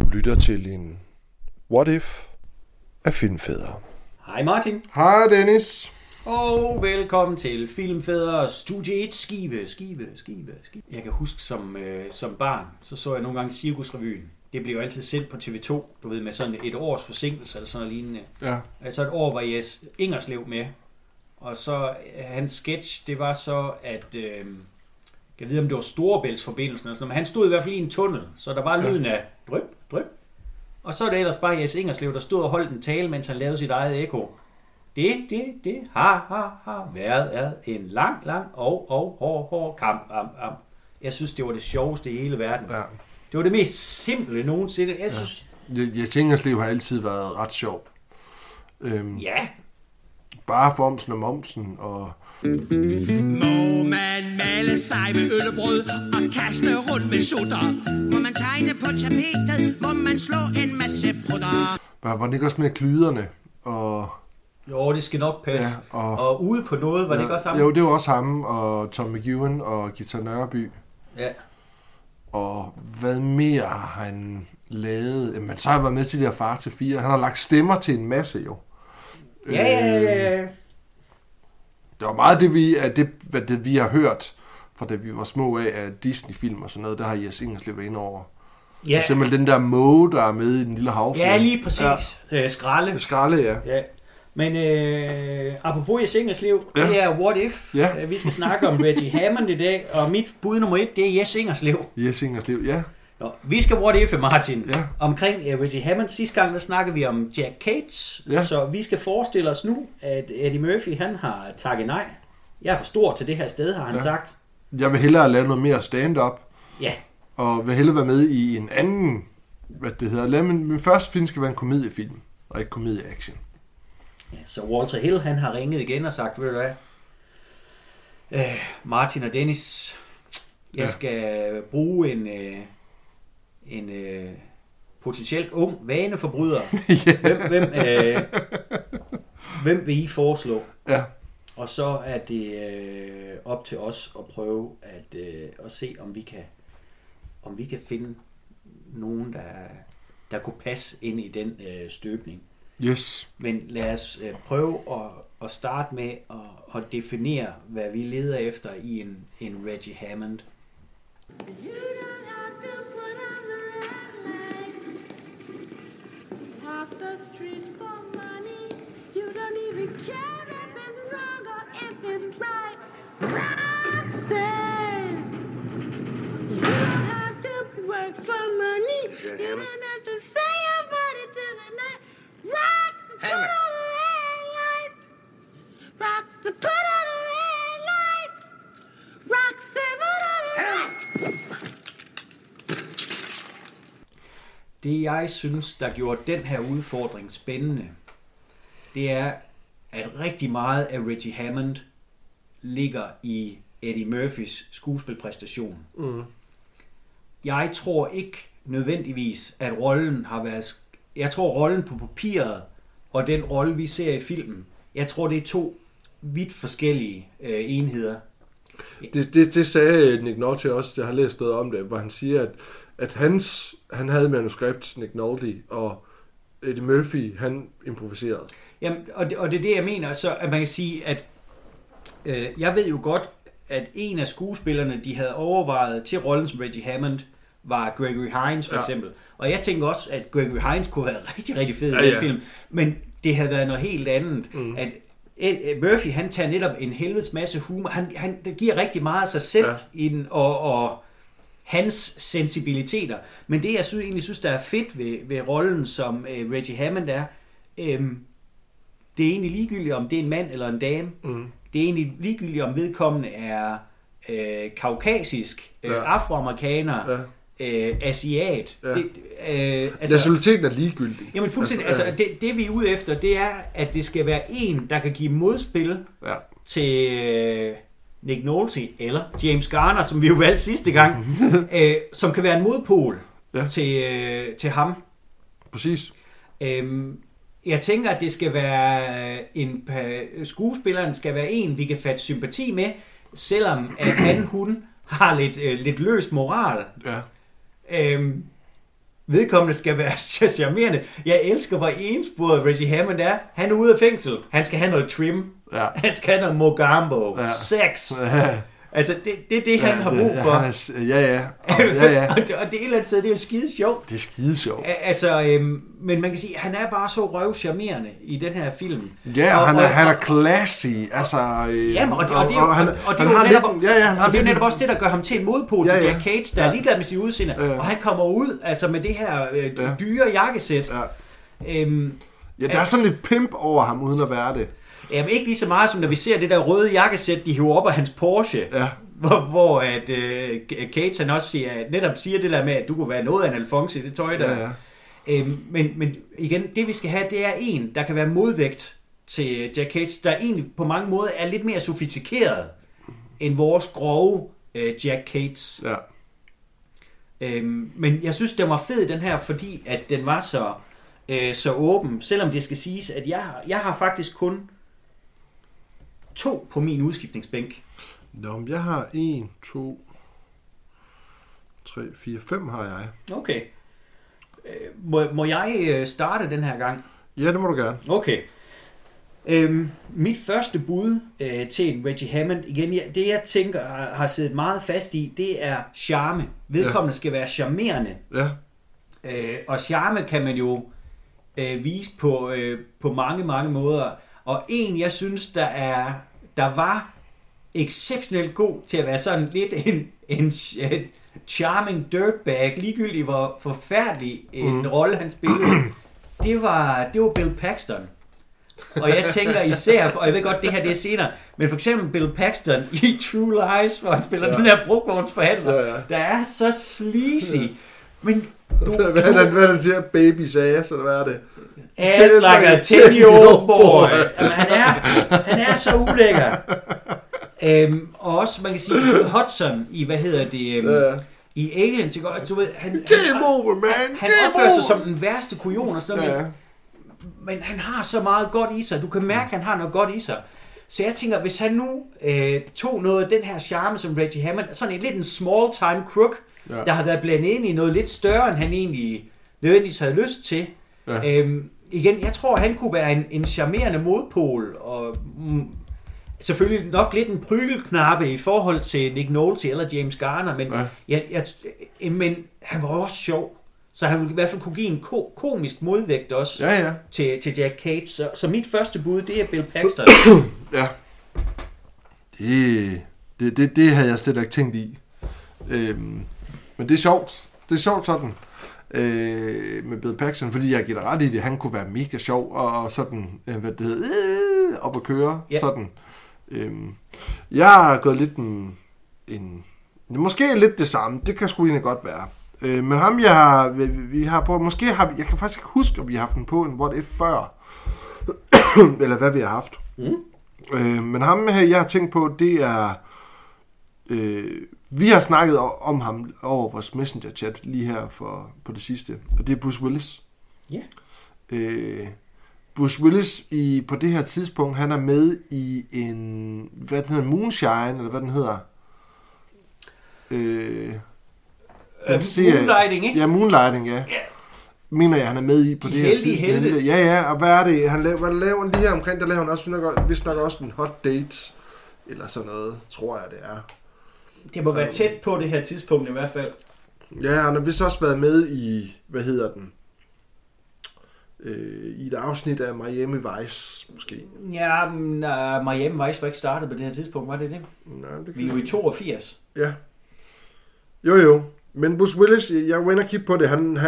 Du lytter til en What If af Filmfædre. Hej Martin. Hej Dennis. Og velkommen til Filmfædre Studie 1 Skive. Jeg kan huske som barn, så jeg nogle gange Cirkusrevyen. Det blev jo altid sendt på TV2, du ved, med sådan et års forsinkelse eller sådan noget lignende. Ja. Altså et år var Jes Ingerslev med. Og så hans sketch, det var så, at jeg ved om det var Storebæltsforbindelsen, men han stod i hvert fald i en tunnel, så der var lyden af dryp, dryp. Og så er det ellers bare Jes Ingerslev, der stod og holdt en tale, mens han lavede sit eget ekko. Det har været en lang og hård kamp. Jeg synes, det var det sjoveste i hele verden. Ja. Det var det mest simple nogensinde. Jeg synes... Jes Ingerslev har altid været ret sjov. Ja. Bare formsen og momsen og... Må man male sig med øllebrød og kaste rundt med sutter? Må man tegne på tapetet? Må man slå en masse prutter? Var det ikke også med klyderne? Og... Jo, det skal nok passe. Ja, og ude på noget, var det ikke også ham? Jo, det var også ham og Tom McEwan og Gita Nørby. Ja. Og hvad mere har han lavet? Jamen, så har jeg været med til de her Far til 4. Han har lagt stemmer til en masse, jo. Ja. Det var meget det, vi har hørt fra da vi var små af Disney-film og sådan noget. Der har Jes Ingerslev været inde over. Ja. For eksempel den der måge, der er med i den lille havflue. Ja, lige præcis. Ja. Skralle, ja. Men apropos Jes Ingerslev, det er What If. Ja. Vi skal snakke om Reggie Hammond i dag, og mit bud nummer 1, det er Jes Ingerslev. Jes Ingerslev, ja. Nå, vi skal What If, Martin. Ja. Omkring Reggie Hammond. Sidste gang, der snakkede vi om Jack Cates. Ja. Så vi skal forestille os nu, at Eddie Murphy, han har takket nej. Jeg er for stor til det her sted, har han sagt. Jeg vil hellere lave noget mere stand-up. Ja. Og vil hellere være med i en anden, min første film skal være en komediefilm, og ikke komedie-action. Ja, så Walter Hill, han har ringet igen og sagt, ved du hvad, Martin og Dennis, jeg skal bruge en potentielt ung vaneforbryder. Hvem vil I foreslå? Ja. Og så er det op til os at prøve at se, om vi kan finde nogen, der kunne passe ind i den støbning. Yes. Men lad os prøve at starte med at definere, hvad vi leder efter i en Reggie Hammond. Det jeg synes, der gjorde den her udfordring spændende, det er, at rigtig meget af Reggie Hammond ligger i Eddie Murphys skuespilpræstation. Mm. Jeg tror ikke nødvendigvis, at rollen har været... Jeg tror, rollen på papiret og den rolle, vi ser i filmen, jeg tror, det er to vidt forskellige enheder. Det sagde Nick Nolte også, jeg har læst noget om det, hvor han siger, at han havde manuskript, Nick Nolte, og Eddie Murphy, han improviserede. Jamen, og det er det, jeg mener, så at man kan sige, at jeg ved jo godt, at en af skuespillerne, de havde overvejet til rollen som Reggie Hammond, var Gregory Hines for eksempel. Og jeg tænker også, at Gregory Hines kunne være rigtig, rigtig fed i den film, men det havde været noget helt andet. At Murphy, han tager netop en helvedes masse humor. Han giver rigtig meget af sig selv i den, og hans sensibiliteter. Men det, jeg egentlig synes, der er fedt ved rollen, som Reggie Hammond er, det er egentlig ligegyldigt, om det er en mand eller en dame. Det er egentlig ligegyldigt, om vedkommende er kaukasisk, afroamerikaner, asiat. Nationaliteten er ligegyldig. Jamen fuldstændig. Det vi er ude efter, det er, at det skal være en, der kan give modspil til Nick Nolte eller James Garner, som vi jo valgte sidste gang, som kan være en modpol til ham. Præcis. Jeg tænker, at det skal være skuespilleren skal være en, vi kan fatte sympati med, selvom at hun har lidt løs moral. Ja. vedkommende skal være charmerende. Jeg elsker, hvor ensporet Reggie Hammond er. Han er ude af fængsel. Han skal have noget trim. Ja. Han skal have noget mogambo. Ja. Sex. Ja. Altså, det er det, han har brug for. Ja. Og det eller andet sted, det er jo skide sjovt. Det er skide sjovt. Altså, men man kan sige, han er bare så røvcharmerende i den her film. Ja, og han er classy. Altså, jamen, og det er jo netop også det, der gør ham til en modpol til Jack Cates, der er ligeglad med sit udseende. Og han kommer ud altså med det her dyre jakkesæt. Ja, der er sådan lidt pimp over ham, uden at være det. Jamen ikke lige så meget, som når vi ser det der røde jakkesæt, de hiver op af hans Porsche. Ja. Hvor at Cates han også netop siger det der med, at du kunne være noget af en Alfonso i det tøj der. Ja. Men igen, det vi skal have, det er en, der kan være modvægt til Jack Cates, der egentlig på mange måder er lidt mere sofistikeret end vores grove Jack Cates. Ja. Men jeg synes, den var fed, den her, fordi at den var så åben, selvom det skal siges, at jeg har faktisk kun 2 på min udskiftningsbænk. Nå, jeg har 1, 2, 3, 4, 5 har jeg. Okay. Må jeg starte den her gang? Ja, det må du gerne. Okay. Mit første bud til en Reggie Hammond, igen, det jeg tænker har siddet meget fast i, det er charme. Vedkommende skal være charmerende. Ja. Og charme kan man jo vise på mange, mange måder. Og en, jeg synes, der var exceptionelt god til at være sådan lidt en charming dirtbag, ligegyldigt hvor forfærdelig en rolle han spillede, det var Bill Paxton. Og jeg tænker især, og jeg ved godt, det her det er senere, men for eksempel Bill Paxton i True Lies, hvor han spiller den her brugvognsforhandler, der er så sleazy. Men hvad han siger? Baby's ass, eller hvad er det? Ass like a 10-year-old boy. Jamen, han er så ulækker. Og også, man kan sige, Hudson i, i Aliens, du ved, han opfører sig som den værste kujon og sådan noget, men han har så meget godt i sig. Du kan mærke, at han har noget godt i sig. Så jeg tænker, hvis han nu tog noget af den her charme som Reggie Hammond, sådan lidt en small-time crook, der har været blandet ind i noget lidt større, end han egentlig nødvendigvis havde lyst til. Ja. Igen, jeg tror, han kunne være en charmerende modpol, og selvfølgelig nok lidt en prygelknappe i forhold til Nick Nolte eller James Garner, men, men han var også sjov. Så han ville i hvert fald kunne give en komisk modvægt også til Jack Cates. Så mit første bud, det er Bill Paxton. Ja. Det havde jeg slet ikke tænkt i. Men det er sjovt. Det er sjovt sådan. Med Bill Paxton, fordi jeg giver dig ret i det. Han kunne være mega sjov og sådan, hvad det hedder, op at køre. Sådan. Jeg har gået lidt måske lidt det samme. Det kan sgu egentlig godt være. Men ham vi har på, jeg kan faktisk ikke huske, om vi har haft den på en What If før. Eller hvad vi har haft. Men ham her, jeg har tænkt på, det er vi har snakket om ham over vores Messenger-chat lige her på det sidste, og det er Bruce Willis. Ja. Bruce Willis på det her tidspunkt, han er med i en, hvad den hedder, Moonshine, eller hvad den hedder. Moonlighting, ikke? Ja, Moonlighting, ja. Yeah. Mener jeg, han er med i på det her tidspunkt. Ja, og hvad er det? Han laver lige her omkring, der laver han også, vist nok også en Hot Dates, eller sådan noget, tror jeg, det er. Det må være tæt på det her tidspunkt i hvert fald. Ja, han har vist også været med i, hvad hedder den? I et afsnit af Miami Vice, måske. Ja, Miami Vice var ikke startet på det her tidspunkt, var det det? Nej, det vi er jo i 82. Ja. Jo. Men Bruce Willis, jeg var inde og kigge på det, han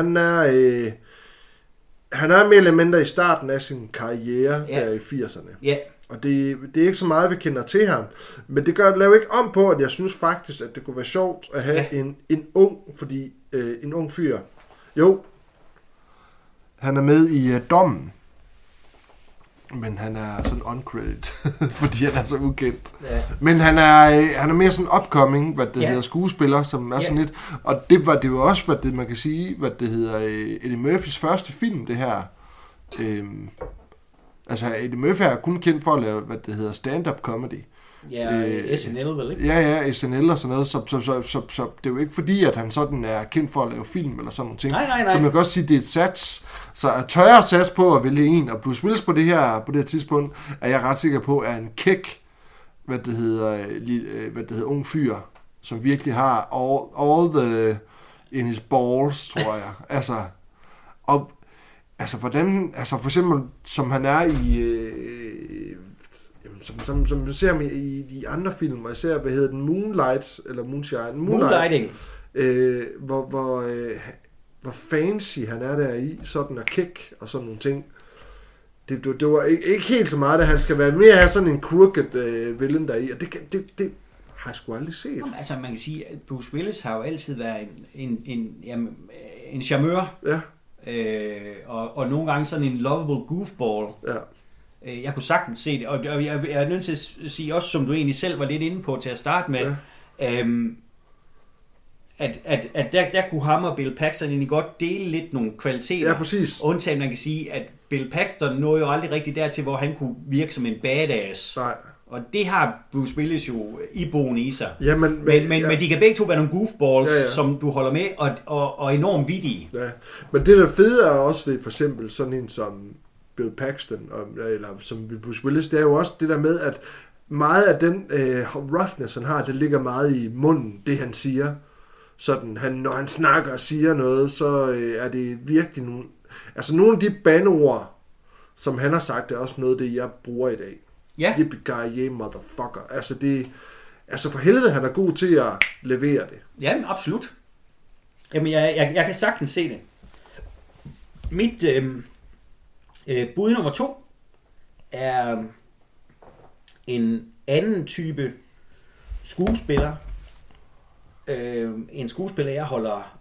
er mere eller mindre i starten af sin karriere der i 80'erne. Ja. Og det er ikke så meget, vi kender til ham. Men det laver ikke om på, at jeg synes faktisk, at det kunne være sjovt at have en ung fyr. Jo, han er med i Dommen. Men han er sådan uncredited, fordi han er så ukendt. Ja. Men han er mere sådan upcoming, hvad det hedder, skuespiller, som er sådan lidt. Og det var det jo også, hvad det man kan sige, hvad det hedder, Eddie Murphys første film, det her. Altså Eddie Murphy er kun kendt for at lave, hvad det hedder, stand-up comedy. Ja, SNL vel, ikke? Ja, SNL og sådan noget, så det er jo ikke fordi, at han sådan er kendt for at lave film eller sådan nogle ting. Nej. Så man kan også sige, at det er et sats. Så at tørre sats på at vælge en, og Bruce Willis på det her tidspunkt, er jeg ret sikker på, er en kæk, hvad det hedder, ung fyr, som virkelig har all the in his balls, tror jeg. Altså, hvordan, altså for eksempel, som han er i, som du ser ham i de andre film, og især, hvad hedder den, Moonlighting, hvor fancy han er der i, sådan og kæk og sådan nogle ting. Det var ikke helt så meget, at han skal være mere have sådan en crooked villain der i, og det har jeg sgu aldrig set. Jamen, altså man kan sige, at Bruce Willis har jo altid været en charmeur. Ja. Og nogle gange sådan en lovable goofball. Ja. Jeg kunne sagtens se det, og jeg er nødt til at sige også, som du egentlig selv var lidt inde på til at starte med, at der kunne ham og Bill Paxton egentlig godt dele lidt nogle kvaliteter. Ja, præcis. Undtagen man kan sige, at Bill Paxton nåede jo aldrig rigtig dertil, hvor han kunne virke som en badass. Nej. Og det har Bruce Willis jo iboende i sig. Ja, men de kan begge to være nogle goofballs, som du holder med, og enormt vittige. Ja, men det der fede er også ved for eksempel sådan en som Bill Paxton, eller som Bruce Willis, det er jo også det der med, at meget af den roughness, han har, det ligger meget i munden, det han siger. Sådan, når han snakker og siger noget, så er det virkelig nogle af de bandeord, som han har sagt, det er også noget af det, jeg bruger i dag. Ja. Yippee-ki-yay, motherfucker. Altså for helvede, han er god til at levere det. Ja, absolut. Jamen, jeg kan sagtens se det. Mit bud nummer 2 er en anden type skuespiller. En skuespiller, jeg holder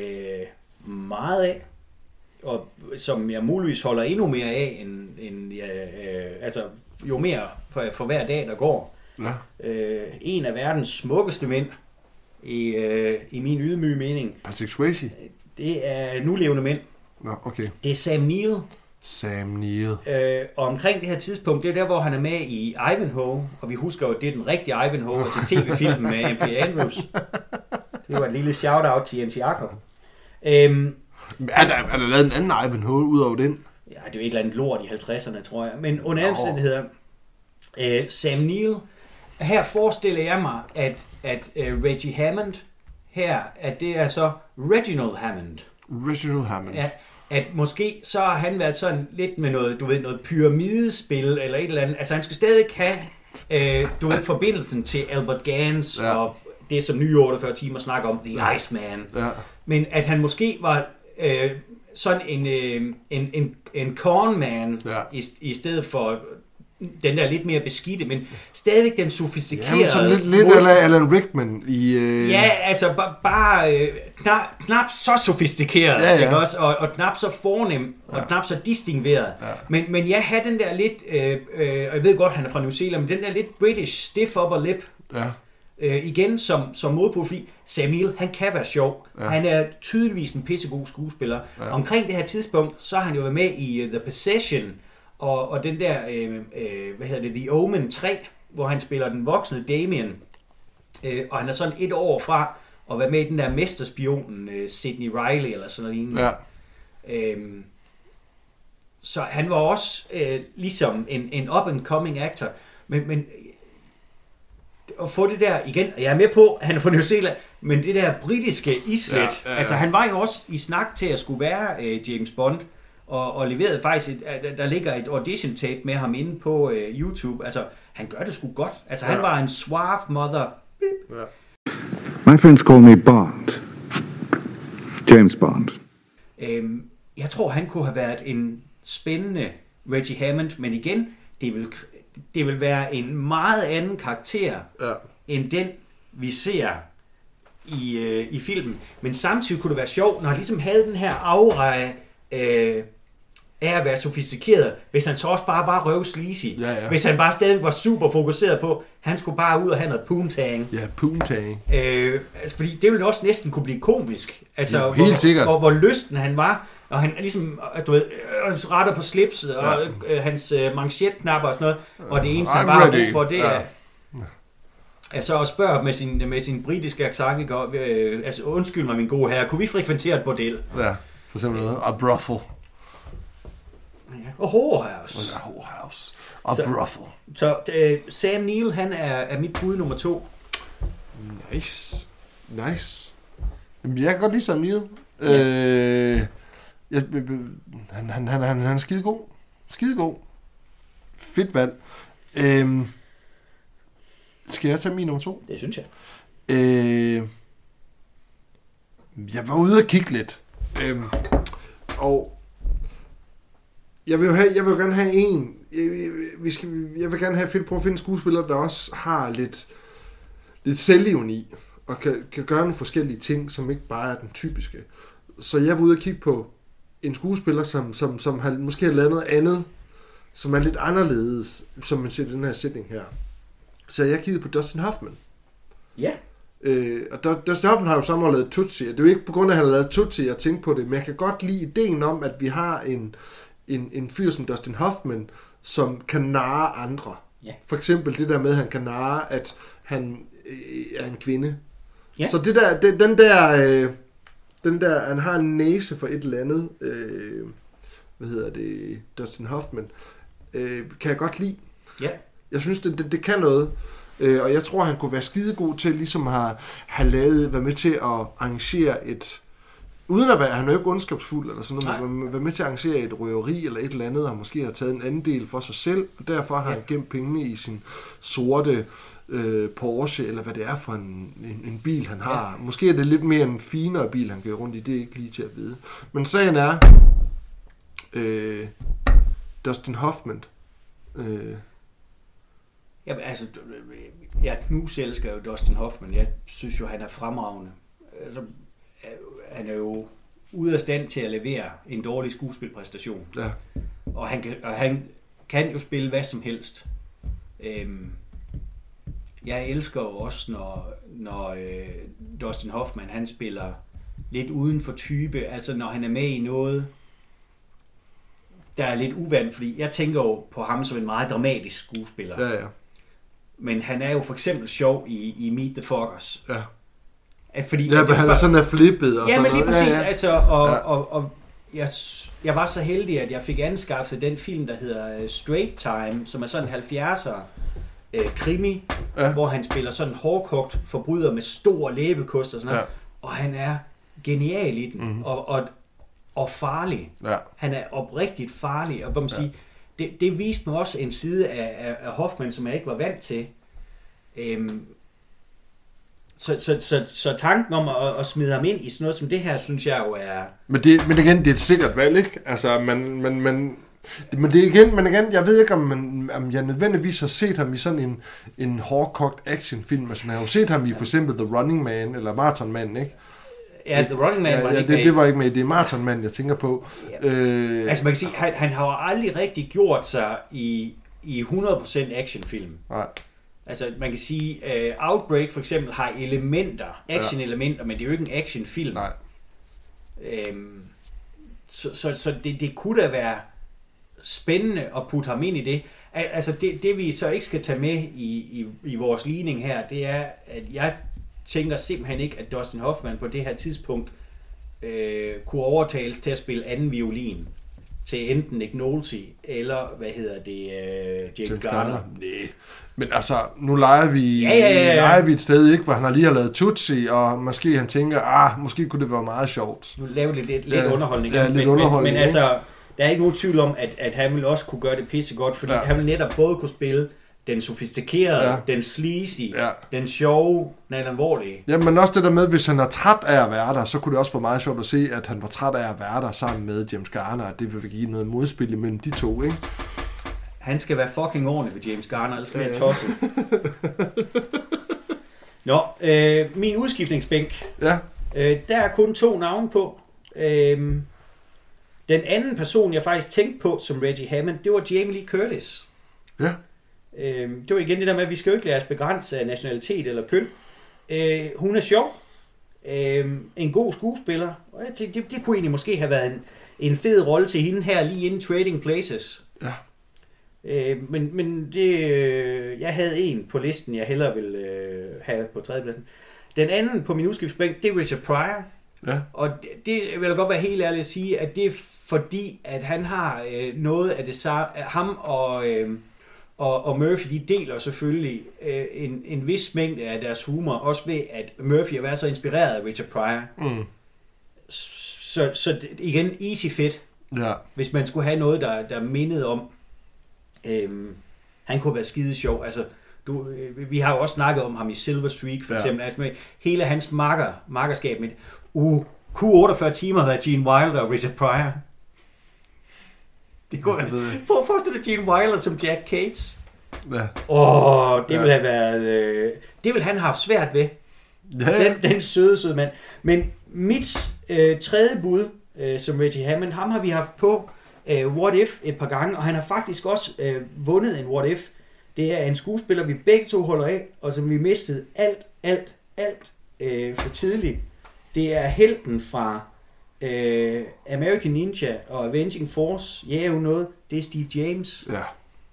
meget af, og som jeg muligvis holder endnu mere af, altså jo mere for hver dag, der går. Ja. En af verdens smukkeste mænd, i min ydmyge mening. Patrick Swayze? Det er nulevende mænd. Nå, okay. Det er Sam Neill. Sam Neill. Og omkring det her tidspunkt, det er der, hvor han er med i Ivanhoe, og vi husker jo, det er den rigtige Ivanhoe, altså tv-filmen med M.P. Andrews. Det var et lille shout-out til Jens Jakob. Er der lavet en anden Ivanhoe ud over den? Ja, det er jo et eller andet lort i 50'erne, tror jeg. Men under omstændigheder, Sam Neill, her forestiller jeg mig, at Reggie Hammond, her, at det er så Reginald Hammond. Reginald Hammond. Ja, at måske så har han været sådan lidt med noget, du ved, noget pyramidespil, eller et eller andet. Altså han skal stadig have, forbindelsen til Albert Gans, og det som nye 48 timer snakker om, The Iceman. Ja. Men at han måske var sådan en cornman, i stedet for den der lidt mere beskidte, men stadigvæk den sofistikerede... Ja, sådan lidt Alan Rickman i... Ja, altså bare knap så sofistikeret, ikke også? Og knap så fornem, og knap så distingueret. Ja. Men jeg har den der lidt, og jeg ved godt, han er fra New Zealand, men den der lidt British stiff upper lip, igen som modprofil. Sam Neill, han kan være sjov. Ja. Han er tydeligvis en pissegod skuespiller. Ja. Omkring det her tidspunkt, så har han jo været med i The Possession, og den der, The Omen 3, hvor han spiller den voksne Damien. Og han er sådan et år fra at være med i den der mesterspionen Sidney Riley, eller sådan noget. Ja. Så han var også ligesom en up-and-coming actor. Men at få det der igen, og jeg er med på, at han er fra New Zealand, men det der britiske islet, altså han var jo også i snak til at skulle være James Bond, og leverede faktisk, der ligger et audition tape med ham inde på YouTube, altså han gør det sgu godt, altså han var en suave mother. Ja. My friends call me Bond. James Bond. Jeg tror, han kunne have været en spændende Reggie Hammond, men igen, det vil være en meget anden karakter, end den, vi ser i filmen. Men samtidig kunne det være sjovt, når han ligesom havde den her aura af at være sofistikeret, hvis han så også bare var røvsleasy. Ja. Hvis han bare stadig var super fokuseret på, han skulle bare ud og have noget poontang. Ja, poontang. Altså, fordi det ville også næsten kunne blive komisk. Altså, ja, helt sikkert. Hvor lysten han var, og han ligesom, retter på slipset, og hans manchetknapper og sådan noget, og det eneste, han bare har brug for, det er Altså og spørger med sin britiske accent, altså undskyld mig min gode herre, kunne vi frekventere et bordel? Ja, for eksempel noget. A brothel. Ja. Og whorehouse. A whorehouse. A brothel. Så Sam Neill, han er mit bud nummer 2. Nice. Jamen, jeg kan godt lide Sam Neill. Ja. Han er skidegod. Fedt valg. Skal jeg tage min nummer 2? Det synes jeg. Jeg var ude at kigge lidt. Og jeg vil gerne have en. Jeg vil gerne prøve at finde en skuespiller, der også har lidt selvironi og kan gøre nogle forskellige ting, som ikke bare er den typiske. Så jeg var ude at kigge på en skuespiller, som har måske har lavet noget andet, som er lidt anderledes, som man ser i den her sætning her. Så jeg kiggede på Dustin Hoffman. Ja. Og Dustin Hoffman har jo samme år lavet Tootsie. Det er jo ikke på grund af, at han har lavet Tootsie, jeg tænkte på det, men jeg kan godt lide ideen om, at vi har en fyr som Dustin Hoffman, som kan narre andre. Ja. For eksempel det der med, at han kan narre, at han er en kvinde. Ja. Så den der, han har en næse for et eller andet, Dustin Hoffman, kan jeg godt lide. Ja. Jeg synes, det kan noget. Og jeg tror, han kunne være skidegod til ligesom at være med til at arrangere et... Uden at være, han er jo ikke ondskabsfuld eller sådan noget, men være med til at arrangere et røveri eller et eller andet, og måske har taget en anden del for sig selv, og derfor har han gemt pengene i sin sorte Porsche, eller hvad det er for en bil, han har. Ja. Måske er det lidt mere en finere bil, han kører rundt i, det er ikke lige til at vide. Men sagen er, Dustin Hoffman... Jamen, altså, jeg elsker jo Dustin Hoffman. Jeg synes jo, han er fremragende. Altså, han er jo ude af stand til at levere en dårlig skuespilpræstation. Ja. Og han kan jo spille hvad som helst. Jeg elsker jo også, når Dustin Hoffman, han spiller lidt uden for type. Altså, når han er med i noget, der er lidt uvandt. Fordi jeg tænker jo på ham som en meget dramatisk skuespiller. Ja. Men han er jo for eksempel sjov i Meet the Fockers. Ja. Fordi han er sådan flippet og ja, sådan men lige præcis. Ja. Altså, og jeg var så heldig, at jeg fik anskaffet den film, der hedder Straight Time, som er sådan en 70'er krimi, hvor han spiller sådan en hårdkogt forbryder med stor læbekost og sådan noget. Og han er genial i den, og farlig. Ja. Han er oprigtigt farlig, og hvor man siger, det viste mig også en side af Hoffman, som jeg ikke var vant til. Så tanken om at smide ham ind i sådan noget som det her, synes jeg jo er... Men igen, det er et sikkert valg, ikke? Altså, men det igen, jeg ved ikke, om jeg nødvendigvis har set ham i sådan en hårdkogt actionfilm. Altså, jeg har jo set ham i for eksempel The Running Man, eller Marathon Man, ikke? Ja, The Running Man var ikke med. Det var ikke med. Det er Marathon Man, jeg tænker på. Ja. Altså, man kan sige, han har jo aldrig rigtig gjort sig i 100% actionfilm. Nej. Altså, man kan sige, Outbreak for eksempel har action-elementer, men det er jo ikke en actionfilm. Nej. Så det kunne da være spændende at putte ham ind i det. Altså, det vi så ikke skal tage med i vores ligning her, det er, at jeg tænker simpelthen ikke, at Dustin Hoffman på det her tidspunkt kunne overtales til at spille anden violin til enten Nick Nolte eller, James Garner. Nej. Men altså, nu leger vi et sted, ikke, hvor han lige har lavet Tootsie, og måske han tænker, måske kunne det være meget sjovt. Nu laver lidt underholdning. Ja, lidt underholdning. Men altså, der er ikke nogen tvivl om, at han vil også kunne gøre det pissegodt, fordi han vil netop både kunne spille den sofistikerede, den sleazy, den sjove, den alvorlige. Ja, men også det der med, hvis han er træt af at være der, så kunne det også være meget sjovt at se, at han var træt af at være der sammen med James Garner, at det vil give noget modspil imellem de to, ikke? Han skal være fucking ordentlig ved James Garner, ellers skal jeg tosse. Nå, min udskiftningsbænk. Ja. Der er kun 2 navne på. Den anden person, jeg faktisk tænkte på som Reggie Hammond, det var Jamie Lee Curtis. Ja. Det var igen det der med, at vi skal jo ikke lade os begrænse af nationalitet eller køn. Hun er sjov. En god skuespiller. Og jeg tænkte, det kunne egentlig måske have været en fed rolle til hende her lige inden Trading Places. Ja. Men det, jeg havde en på listen, jeg hellere ville have på tredjepladsen. Den anden på min udskiftsbænk, det er Richard Pryor. Ja. Og det vil jeg godt være helt ærlig at sige, at det er fordi, at han har noget af det samme. Ham og Murphy, de deler selvfølgelig en vis mængde af deres humor, også ved at Murphy har været så inspireret af Richard Pryor. Mm. Så igen, easy fit. Ja. Hvis man skulle have noget, der mindede om, han kunne være skide sjov. Altså, vi har jo også snakket om ham i Silver Streak, for eksempel. Altså med hele hans makkerskab med Q48 timer har været Gene Wilder og Richard Pryor. Det går. Prøv at forestille dig Gene Wilder som Jack Cates. Ja. Det ville have været... det ville han have haft svært ved. Ja. Den søde mand. Men mit tredje bud, som Reggie Hammond, ham har vi haft på What If et par gange, og han har faktisk også vundet en What If. Det er en skuespiller, vi begge to holder af, og som vi mistede alt for tidligt. Det er helten fra American Ninja og Avenging Force. Ja, jo noget. Det er Steve James. Ja.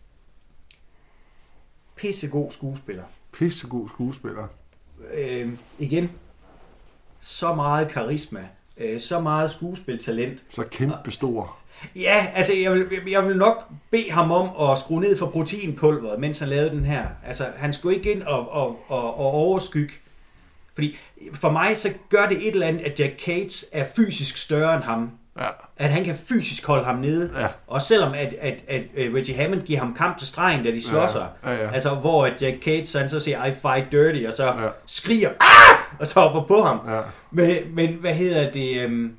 Pissegod skuespiller. Igen. Så meget karisma. Så meget skuespiltalent. Så kæmpe stor. Ja, altså jeg vil nok bede ham om at skrue ned for proteinpulveret, mens han lavede den her. Altså han skulle ikke ind og overskygge. Fordi for mig så gør det et eller andet, at Jack Cates er fysisk større end ham. Ja. At han kan fysisk holde ham nede. Ja. Og selvom at Reggie Hammond giver ham kamp til stregen, da de slår sig. Ja. Altså hvor Jack Cates han så siger, I fight dirty, og så skriger, og så hopper på ham. Ja. Men hvad hedder det...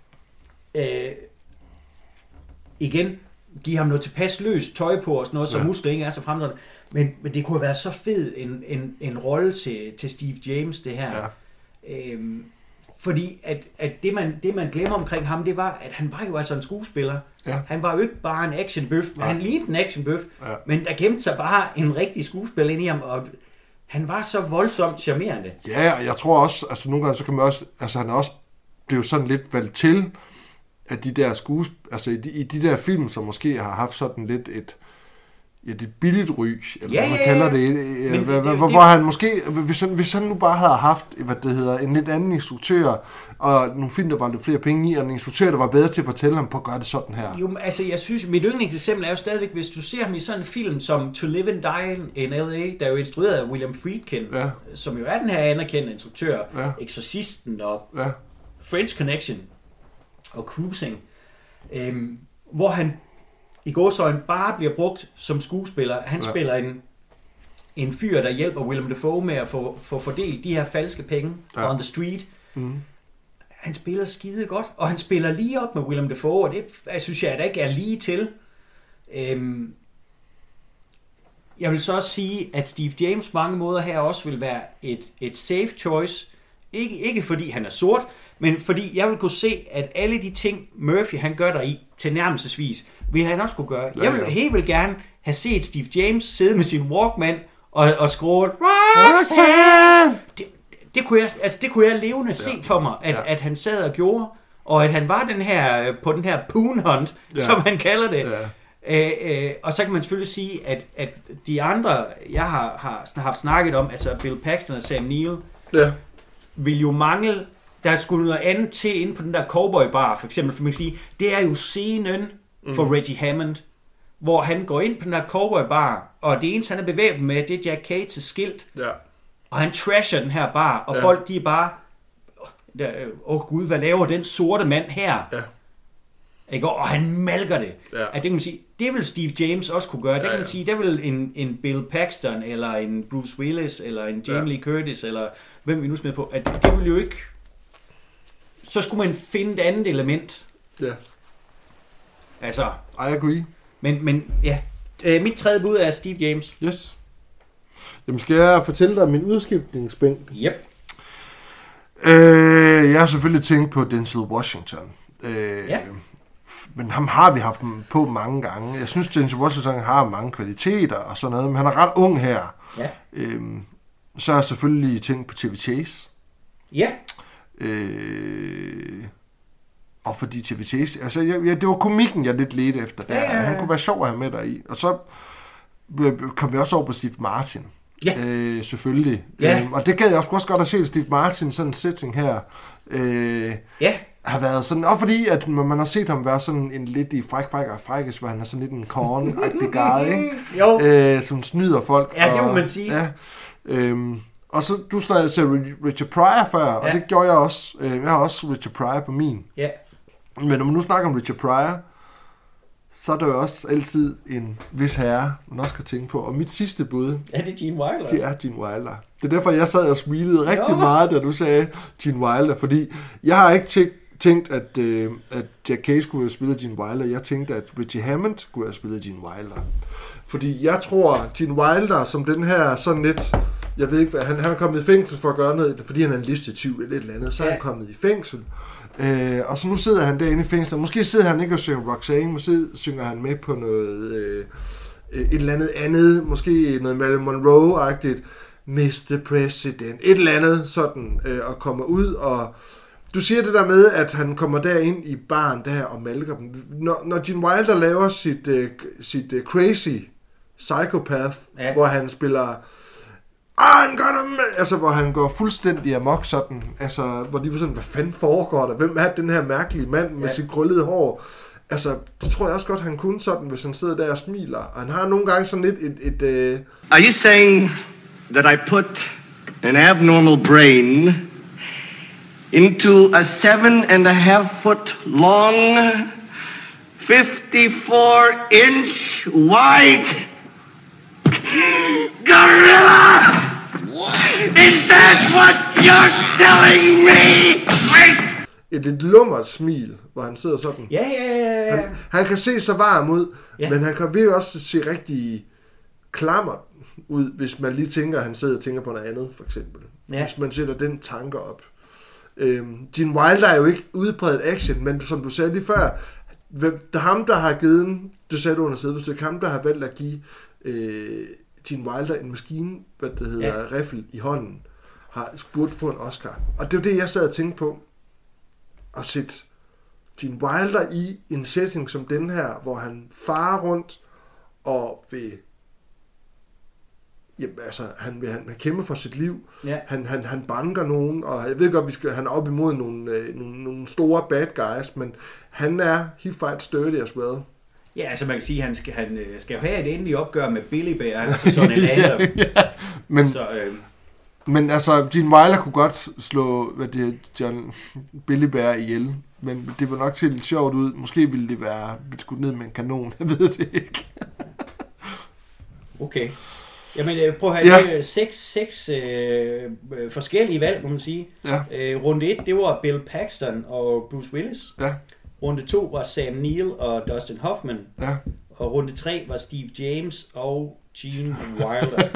igen, give ham noget tilpas løst tøj på og sådan noget, så muskler ikke er så fremstående. Men det kunne have været så fed en rolle til Steve James, det her. Ja. Fordi at det man glemmer omkring ham, det var, at han var jo altså en skuespiller. Ja. Han var jo ikke bare en actionbøf, men han lignede en actionbøf. Ja. Men der gemte sig bare en rigtig skuespiller ind i ham, og han var så voldsomt charmerende. Ja, og jeg tror også, altså nogle gange så kan man også, altså han er også blevet sådan lidt valgt til, at de der altså i de der film, som måske har haft sådan lidt et billigt ry, eller hvad man kalder det, hvor han måske, hvis han nu bare havde haft, en lidt anden instruktør, og nogle film, der var lidt flere penge i, og en instruktør, der var bedre til at fortælle ham på at gøre det sådan her. Jo, altså jeg synes, mit yndlingseksempel er jo stadigvæk, hvis du ser ham i sådan en film som To Live and Die in L.A., der er jo instrueret af William Friedkin, som jo er den her anerkendte instruktør, Exorcisten og French Connection og Cruising, hvor han i gåseøjne bare bliver brugt som skuespiller. Han spiller en fyr, der hjælper Willem Dafoe med at få fordelt de her falske penge on the street. Mm. Han spiller skide godt, og han spiller lige op med Willem Dafoe, og det synes jeg, at der ikke er lige til. Jeg vil så også sige, at Steve James mange måder her også vil være et safe choice. Ikke fordi han er sort, men fordi jeg vil kunne se, at alle de ting, Murphy han gør der i tilnærmelsesvis, vil han også kunne gøre. Jeg vil helt vildt gerne have set Steve James sidde med sin Walkman og skråle Roxanne! Det kunne jeg levende se for mig, at han sad og gjorde, og at han var på den her poon hunt, som han kalder det. Og så kan man selvfølgelig sige, at de andre, jeg har haft snakket om, altså Bill Paxton og Sam Neill, vil jo mangle. Der skulle noget andet til inde på den der cowboy-bar, for eksempel, for man kan sige, det er jo scenen for Reggie Hammond, hvor han går ind på den der cowboy-bar, og det eneste, han er bevæbnet med, det er Jack Cates' skilt, og han trasher den her bar, og folk, de er bare, gud, hvad laver den sorte mand her? Ja. Ikke? Og han malker det. Ja. At det kan man sige, det vil Steve James også kunne gøre. Det kan man sige, det vil en Bill Paxton, eller en Bruce Willis, eller en Jamie Lee Curtis, eller hvem vi nu smider på, at det vil jo ikke. Så skulle man finde et andet element. Ja. Altså. I agree. Men ja, mit tredje bud er Steve James. Yes. Jamen skal jeg fortælle dig min udskiftningsbænk? Yep. Jeg har selvfølgelig tænkt på Denzel Washington. Men ham har vi haft på mange gange. Jeg synes, Denzel Washington har mange kvaliteter og sådan noget, men han er ret ung her. Ja. Så har jeg selvfølgelig tænkt på Chevy Chase. Ja. Og fordi Chevy Chase, altså det var komikken, jeg lidt ledte efter der. Ja. Han kunne være sjov at have med deri. Og så kom jeg også over på Steve Martin. Ja. Selvfølgelig. Ja. Og det gad jeg også godt at se Steve Martin, sådan en setting her. Har været sådan, og fordi at man har set ham være sådan en lidt i frækkes, hvor han er sådan lidt en korn-agtig guy, ikke? Som snyder folk. Ja, det må man sige. Ja. Og så du snakkede til Richard Pryor før, og det gjorde jeg også. Jeg har også Richard Pryor på min. Ja. Men når man nu snakker om Richard Pryor, så er der jo også altid en vis herre, man også kan tænke på. Og mit sidste bud... Er det Gene Wilder? Det er Gene Wilder. Det er derfor, jeg sad og smilede rigtig meget, da du sagde Gene Wilder. Fordi jeg har ikke tænkt, at Jack Case skulle have spillet Gene Wilder. Jeg tænkte, at Richie Hammond skulle have spillet Gene Wilder. Fordi jeg tror, Gene Wilder, som den her sådan lidt... Jeg ved ikke, hvad han er kommet i fængsel for at gøre noget, fordi han er en listetyv eller et eller andet. Så er han kommet i fængsel. Og så nu sidder han derinde i fængslet. Måske sidder han ikke og synger Roxanne. Måske synger han med på noget... et eller andet. Måske noget Marilyn Monroe-agtigt. Mr. President. Et eller andet sådan. Og kommer ud og... Du siger det der med, at han kommer derind i baren der og malker dem. Når Gene Wilder laver sit Crazy Psychopath, hvor han spiller... Altså, hvor han går fuldstændig amok sådan, altså, hvor de var sådan, hvad fanden foregår der? Hvem er den her mærkelige mand med sit krøllede hår? Altså, det tror jeg også godt, han kunne sådan, hvis han sidder der og smiler. Og han har nogle gange sådan lidt Are you saying that I put an abnormal brain into a 7.5 foot long, 54-inch wide gorilla? Is that what you're telling me? Et lidt lummert smil, hvor han sidder sådan. Ja. Han kan se så varm ud, men han kan virkelig også se rigtig klammer ud, hvis man lige tænker, at han sidder og tænker på noget andet, for eksempel. Ja. Hvis man sætter den tanke op. Gene Wilder er jo ikke udbredt action, men som du sagde lige før, det er ham, der har givet, du sagde under sædet, hvis det er ham, der har valgt at give Gene Wilder en maskine, hvad det hedder, riffel i hånden, har spurgt få en Oscar. Og det er det, jeg sad og tænkte på. At sætte Gene Wilder i en setting som den her, hvor han farer rundt og vil... Jamen, altså, han kæmper for sit liv. Ja. Han banker nogen, og jeg ved godt, han er op imod nogle store bad guys, men he fights dirty as well. Ja, altså man kan sige, han skal jo have et endeligt opgør med Billy Bear, altså sådan en anden. Men altså, Gene Wilder kunne godt slå John Billy Bear ihjel, men det var nok se lidt sjovt ud. Måske ville det være skudt ned med en kanon, jeg ved det ikke. Okay. Jamen prøv at have seks forskellige valg, må man sige. Ja. Runde 1, det var Bill Paxton og Bruce Willis. Ja. Runde 2 var Sam Neill og Dustin Hoffman. Ja. Og runde 3 var Steve James og Gene Wilder.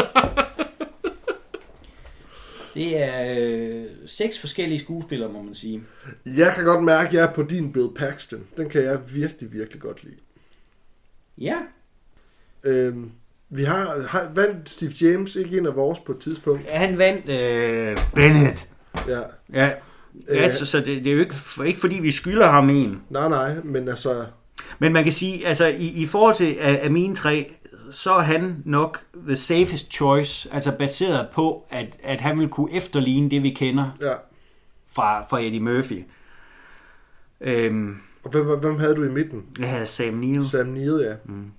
Det er 6 forskellige skuespillere, må man sige. Jeg kan godt mærke, at jeg er på din Bill Paxton. Den kan jeg virkelig, virkelig godt lide. Ja. Vi har vandt Steve James ikke en af vores på et tidspunkt. Ja, han vandt Bennett. Ja. Så det er jo ikke fordi vi skylder ham en. Nej, men altså... Men man kan sige, altså i forhold til af mine 3, så er han nok the safest choice, altså baseret på, at han vil kunne efterligne det, vi kender fra Eddie Murphy. Og hvem havde du i midten? Jeg havde Sam Neill. Sam Neill, ja.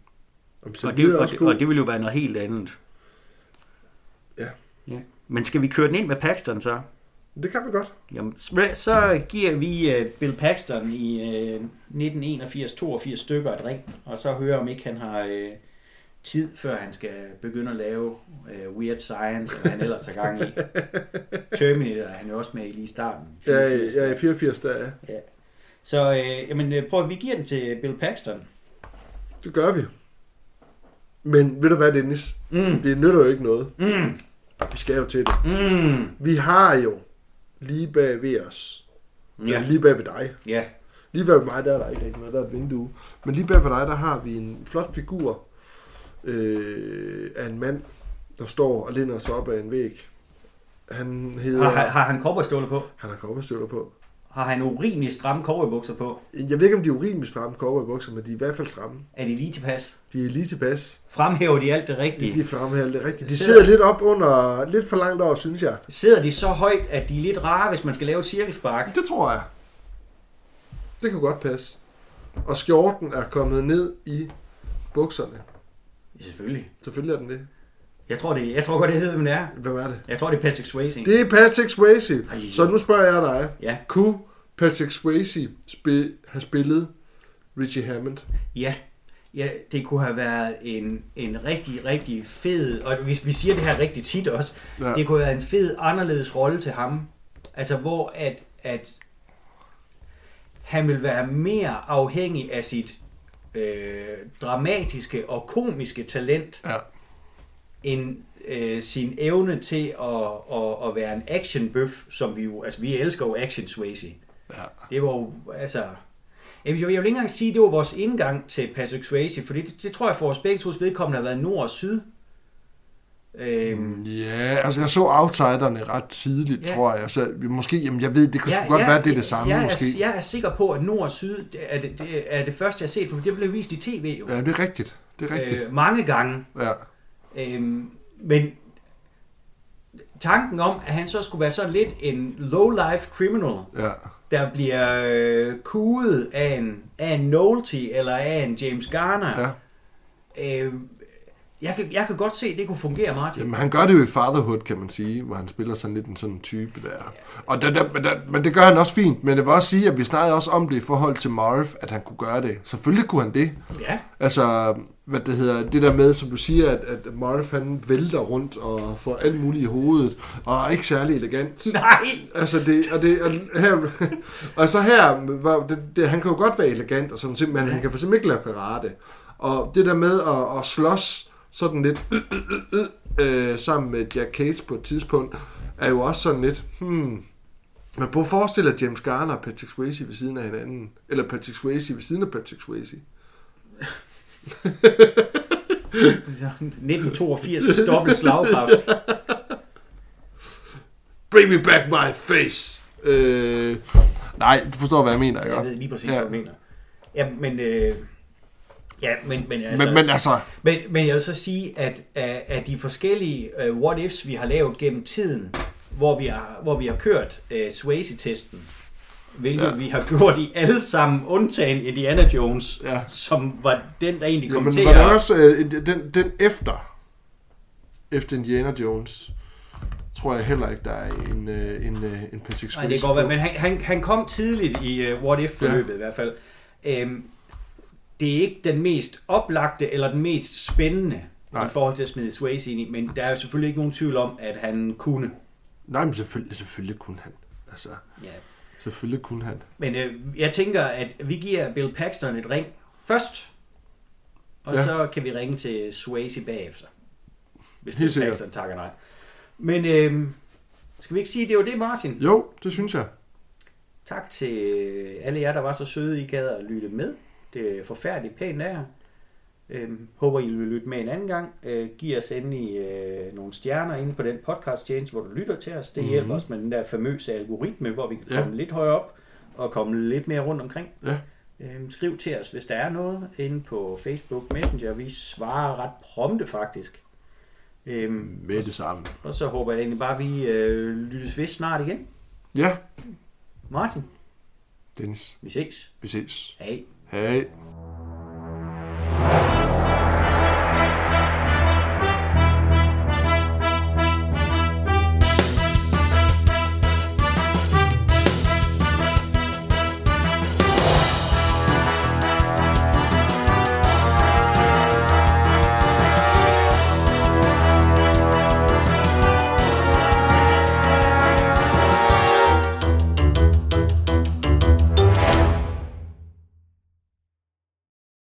Og det ville jo være noget helt andet. Ja. Men skal vi køre den ind med Paxton så? Det kan vi godt. Jamen, så giver vi Bill Paxton i 1981-82 stykker at drikke, og så hører om ikke han har tid, før han skal begynde at lave Weird Science, eller han ellers tager gang i. Terminator er han jo også med i lige i starten. Ja, i 84 der, ja. Så prøv at vi giver den til Bill Paxton. Det gør vi. Men ved du hvad, Dennis? Det nytter jo ikke noget. Vi skal jo til det. Vi har jo lige bag ved os, lige bag ved dig. Ja. Lige bag ved mig, der er der ikke noget, der er et vindue. Men lige bag ved dig, der har vi en flot figur af en mand, der står og læner sig op ad en væg. Han hedder... Har han cowboystøvler på? Han har cowboystøvler på. har han urimelig stramme cowboybukser på. Jeg ved ikke, om de er urimelig stramme cowboybukser, men de er i hvert fald stramme. Er de lige tilpas? De er lige tilpas. Fremhæver de alt det rigtige? De fremhæver alt det rigtige. De sidder lidt op under, lidt for langt over, synes jeg. Sidder de så højt, at de er lidt rare, hvis man skal lave et cirkelspark? Det tror jeg. Det kan godt passe. Og skjorten er kommet ned i bukserne. Ja, selvfølgelig. Selvfølgelig er den det. Jeg tror godt, det hedder, hvem det er. Hvem er det? Jeg tror, det er Patrick Swayze. Det er Patrick Swayze. Ej. Så nu spørger jeg dig. Ja. Kunne Patrick Swayze have spillet Richie Hammond? Ja, det kunne have været en rigtig, rigtig fed, og vi siger det her rigtig tit også, det kunne have været en fed, anderledes rolle til ham. Altså, hvor at han vil være mere afhængig af sit dramatiske og komiske talent, end sin evne til at være en actionbøf, som vi elsker jo action Swayze. Ja. Det var jo, altså... Jeg vil ikke engang sige, at det var vores indgang til Patrick Swayze, for det tror jeg for os begge tos vedkommende har været nord og syd. Ja, altså jeg så Outsiderne ret tidligt, tror jeg. Så måske, jamen jeg ved, det kunne godt være, det er det samme måske. Jeg er sikker på, at nord og syd er det første, jeg har set, for det blev vist i tv jo. Ja, det er rigtigt. Mange gange. Ja. Men tanken om, at han så skulle være sådan lidt en low-life criminal, der bliver kuget af en Nolte eller af en James Garner. Ja. Jeg kan godt se, at det kunne fungere, Martin. Jamen, han gør det jo i Fatherhood, kan man sige, hvor han spiller sådan lidt en sådan type der. Og men det gør han også fint, men det vil også sige, at vi snakkede også om det i forhold til Marv, at han kunne gøre det. Selvfølgelig kunne han det. Ja. Altså, det der med, som du siger, at Marv han vælter rundt og får alt muligt i hovedet, og er ikke særlig elegant. Nej! Altså, og så her, han kan jo godt være elegant, og sådan simpelthen, han kan for simpelthen ikke lave karate. Og det der med at slås sådan lidt sammen med Jack Cage på et tidspunkt, er jo også sådan lidt, man prøver at forestille, at James Garner og Patrick Swayze ved siden af hinanden, eller Patrick Swayze ved siden af Patrick Swayze. 1982 dobbelt slagkraft. Bring me back my face. Nej, du forstår, hvad jeg mener, ikke? Jeg ved lige præcis, hvad du mener. Ja, men... Men jeg vil så sige, at af de forskellige what-ifs, vi har lavet gennem tiden, hvor vi har kørt Swayze-testen, hvilket vi har gjort i alle sammen, undtagen Indiana Jones, som var den, der egentlig kom til at... Men var det også den efter Indiana Jones, tror jeg heller ikke, der er en Patrick Swayze. Nej, det går godt, men han kom tidligt i what-if-forløbet i hvert fald. Det er ikke den mest oplagte eller den mest spændende i forhold til at smide Swayze ind i, men der er jo selvfølgelig ikke nogen tvivl om, at han kunne. Nej, men selvfølgelig kunne han. Altså, selvfølgelig kunne han. Men jeg tænker, at vi giver Bill Paxton et ring først, og så kan vi ringe til Swayze bagefter, hvis Bill Paxton takker nej. Men skal vi ikke sige, at det var det, Martin? Jo, det synes jeg. Tak til alle jer, der var så søde, I gad at lytte med. Det er forfærdeligt pænt af jer. Håber, I vil lytte med en anden gang. Giv os endelig nogle stjerner inde på den podcast-tjeneste, hvor du lytter til os. Det hjælper os med den der famøse algoritme, hvor vi kan komme lidt højere op og komme lidt mere rundt omkring. Ja. Skriv til os, hvis der er noget inde på Facebook Messenger. Vi svarer ret prompte faktisk. Med det samme. Og så håber jeg egentlig bare, at vi lyttes ved snart igen. Ja. Martin. Dennis. Vi ses. Vi ses. Hej. Hej.